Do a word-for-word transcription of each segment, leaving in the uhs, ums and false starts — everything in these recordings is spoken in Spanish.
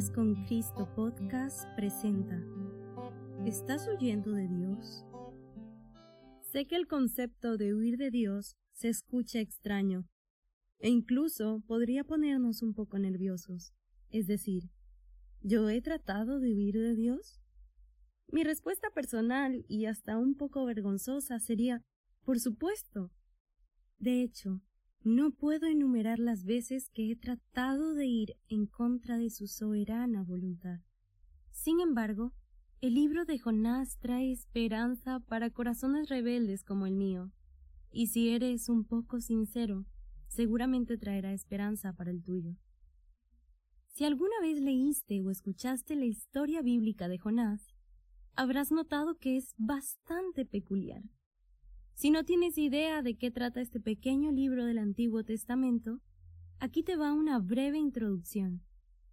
Solas con Cristo Podcast presenta ¿Estás huyendo de Dios? Sé que el concepto de huir de Dios se escucha extraño e incluso podría ponernos un poco nerviosos. Es decir, ¿yo he tratado de huir de Dios? Mi respuesta personal y hasta un poco vergonzosa sería, por supuesto. De hecho, no puedo enumerar las veces que he tratado de ir en contra de su soberana voluntad. Sin embargo, el libro de Jonás trae esperanza para corazones rebeldes como el mío, y si eres un poco sincero, seguramente traerá esperanza para el tuyo. Si alguna vez leíste o escuchaste la historia bíblica de Jonás, habrás notado que es bastante peculiar. Si no tienes idea de qué trata este pequeño libro del Antiguo Testamento, aquí te va una breve introducción.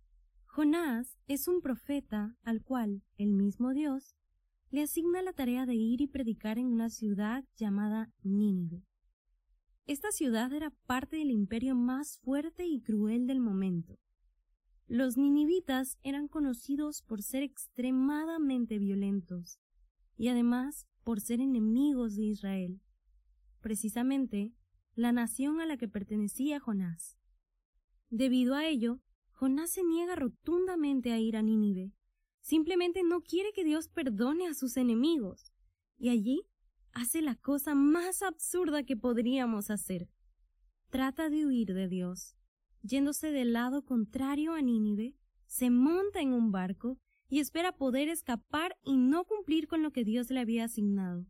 Jonás es un profeta al cual el mismo Dios le asigna la tarea de ir y predicar en una ciudad llamada Nínive. Esta ciudad era parte del imperio más fuerte y cruel del momento. Los ninivitas eran conocidos por ser extremadamente violentos y además por ser enemigos de Israel, precisamente la nación a la que pertenecía Jonás. Debido a ello, Jonás se niega rotundamente a ir a Nínive. Simplemente no quiere que Dios perdone a sus enemigos, y allí hace la cosa más absurda que podríamos hacer. Trata de huir de Dios. Yéndose del lado contrario a Nínive, se monta en un barco y espera poder escapar y no cumplir con lo que Dios le había asignado.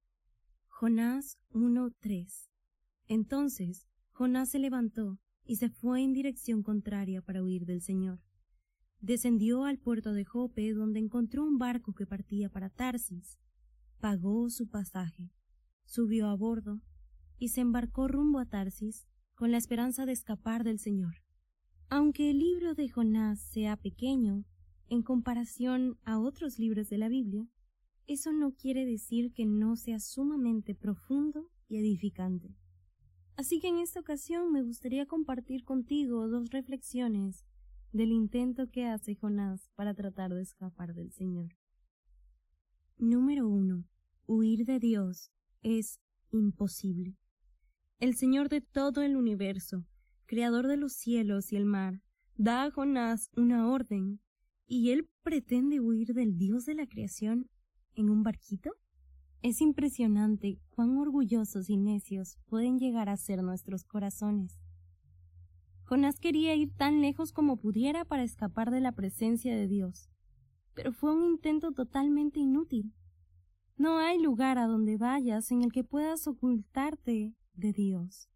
Jonás uno tres. Entonces Jonás se levantó y se fue en dirección contraria para huir del Señor. Descendió al puerto de Jope, donde encontró un barco que partía para Tarsis. Pagó su pasaje, subió a bordo y se embarcó rumbo a Tarsis con la esperanza de escapar del Señor. Aunque el libro de Jonás sea pequeño en comparación a otros libros de la Biblia, eso no quiere decir que no sea sumamente profundo y edificante. Así que en esta ocasión me gustaría compartir contigo dos reflexiones del intento que hace Jonás para tratar de escapar del Señor. Número uno. Huir de Dios es imposible. El Señor de todo el universo, creador de los cielos y el mar, da a Jonás una orden, ¿y él pretende huir del Dios de la creación en un barquito? Es impresionante cuán orgullosos y necios pueden llegar a ser nuestros corazones. Jonás quería ir tan lejos como pudiera para escapar de la presencia de Dios, pero fue un intento totalmente inútil. No hay lugar a donde vayas en el que puedas ocultarte de Dios.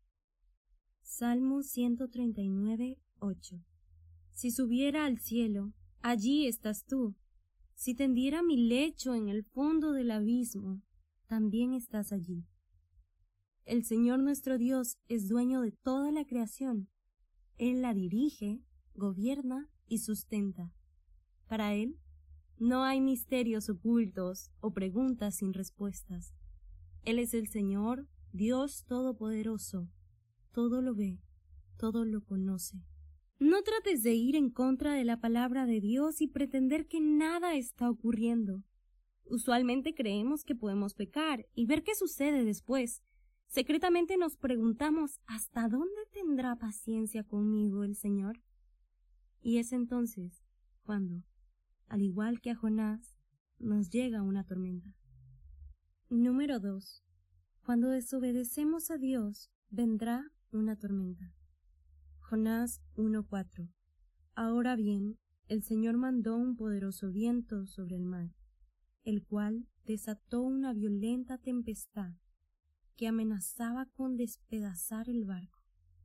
Salmo ciento treinta y nueve, ocho. Si subiera al cielo, allí estás tú. Si tendiera mi lecho en el fondo del abismo, también estás allí. El Señor nuestro Dios es dueño de toda la creación. Él la dirige, gobierna y sustenta. Para Él, no hay misterios ocultos o preguntas sin respuestas. Él es el Señor, Dios Todopoderoso. Todo lo ve, todo lo conoce. No trates de ir en contra de la palabra de Dios y pretender que nada está ocurriendo. Usualmente creemos que podemos pecar y ver qué sucede después. Secretamente nos preguntamos, ¿hasta dónde tendrá paciencia conmigo el Señor? Y es entonces cuando, al igual que a Jonás, nos llega una tormenta. Número dos. Cuando desobedecemos a Dios, vendrá una tormenta. Jonás uno cuatro. Ahora bien, el Señor mandó un poderoso viento sobre el mar, el cual desató una violenta tempestad que amenazaba con despedazar el barco.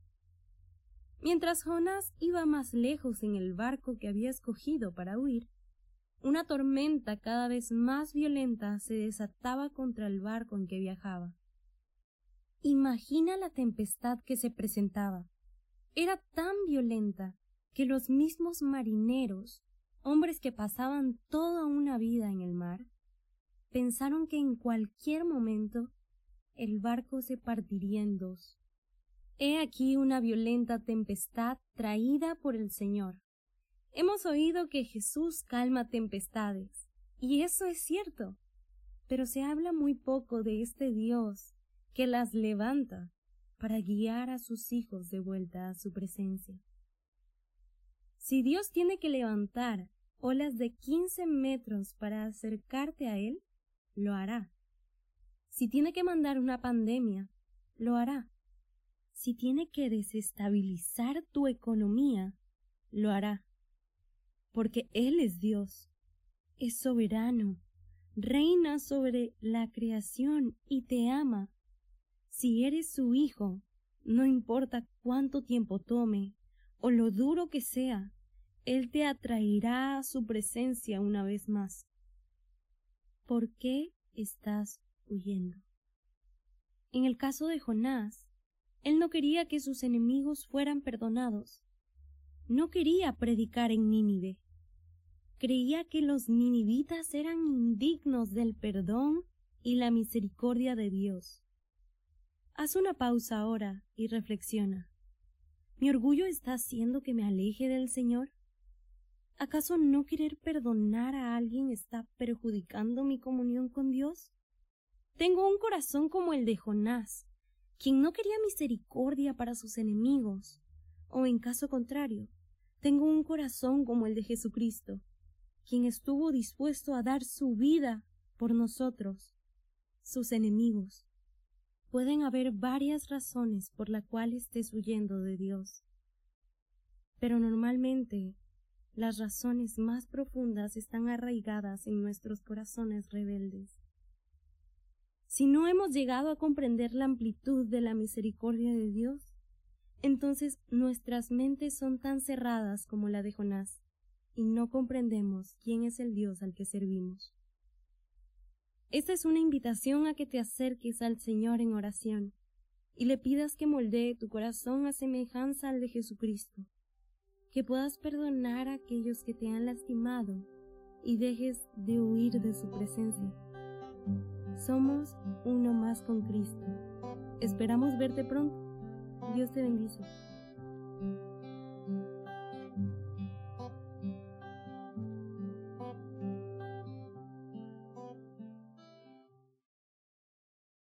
Mientras Jonás iba más lejos en el barco que había escogido para huir, una tormenta cada vez más violenta se desataba contra el barco en que viajaba. Imagina la tempestad que se presentaba. Era tan violenta que los mismos marineros, hombres que pasaban toda una vida en el mar, pensaron que en cualquier momento el barco se partiría en dos. He aquí una violenta tempestad traída por el Señor. Hemos oído que Jesús calma tempestades, y eso es cierto, pero se habla muy poco de este Dios que las levanta para guiar a sus hijos de vuelta a su presencia. Si Dios tiene que levantar olas de quince metros para acercarte a Él, lo hará. Si tiene que mandar una pandemia, lo hará. Si tiene que desestabilizar tu economía, lo hará. Porque Él es Dios, es soberano, reina sobre la creación y te ama. Si eres su hijo, no importa cuánto tiempo tome o lo duro que sea, Él te atraerá a su presencia una vez más. ¿Por qué estás huyendo? En el caso de Jonás, él no quería que sus enemigos fueran perdonados. No quería predicar en Nínive. Creía que los ninivitas eran indignos del perdón y la misericordia de Dios. Haz una pausa ahora y reflexiona. ¿Mi orgullo está haciendo que me aleje del Señor? ¿Acaso no querer perdonar a alguien está perjudicando mi comunión con Dios? Tengo un corazón como el de Jonás, quien no quería misericordia para sus enemigos, o en caso contrario, tengo un corazón como el de Jesucristo, quien estuvo dispuesto a dar su vida por nosotros, sus enemigos. Pueden haber varias razones por las cuales estés huyendo de Dios, pero normalmente las razones más profundas están arraigadas en nuestros corazones rebeldes. Si no hemos llegado a comprender la amplitud de la misericordia de Dios, entonces nuestras mentes son tan cerradas como la de Jonás, y no comprendemos quién es el Dios al que servimos. Esta es una invitación a que te acerques al Señor en oración y le pidas que moldee tu corazón a semejanza al de Jesucristo, que puedas perdonar a aquellos que te han lastimado y dejes de huir de su presencia. Somos uno más con Cristo. Esperamos verte pronto. Dios te bendice.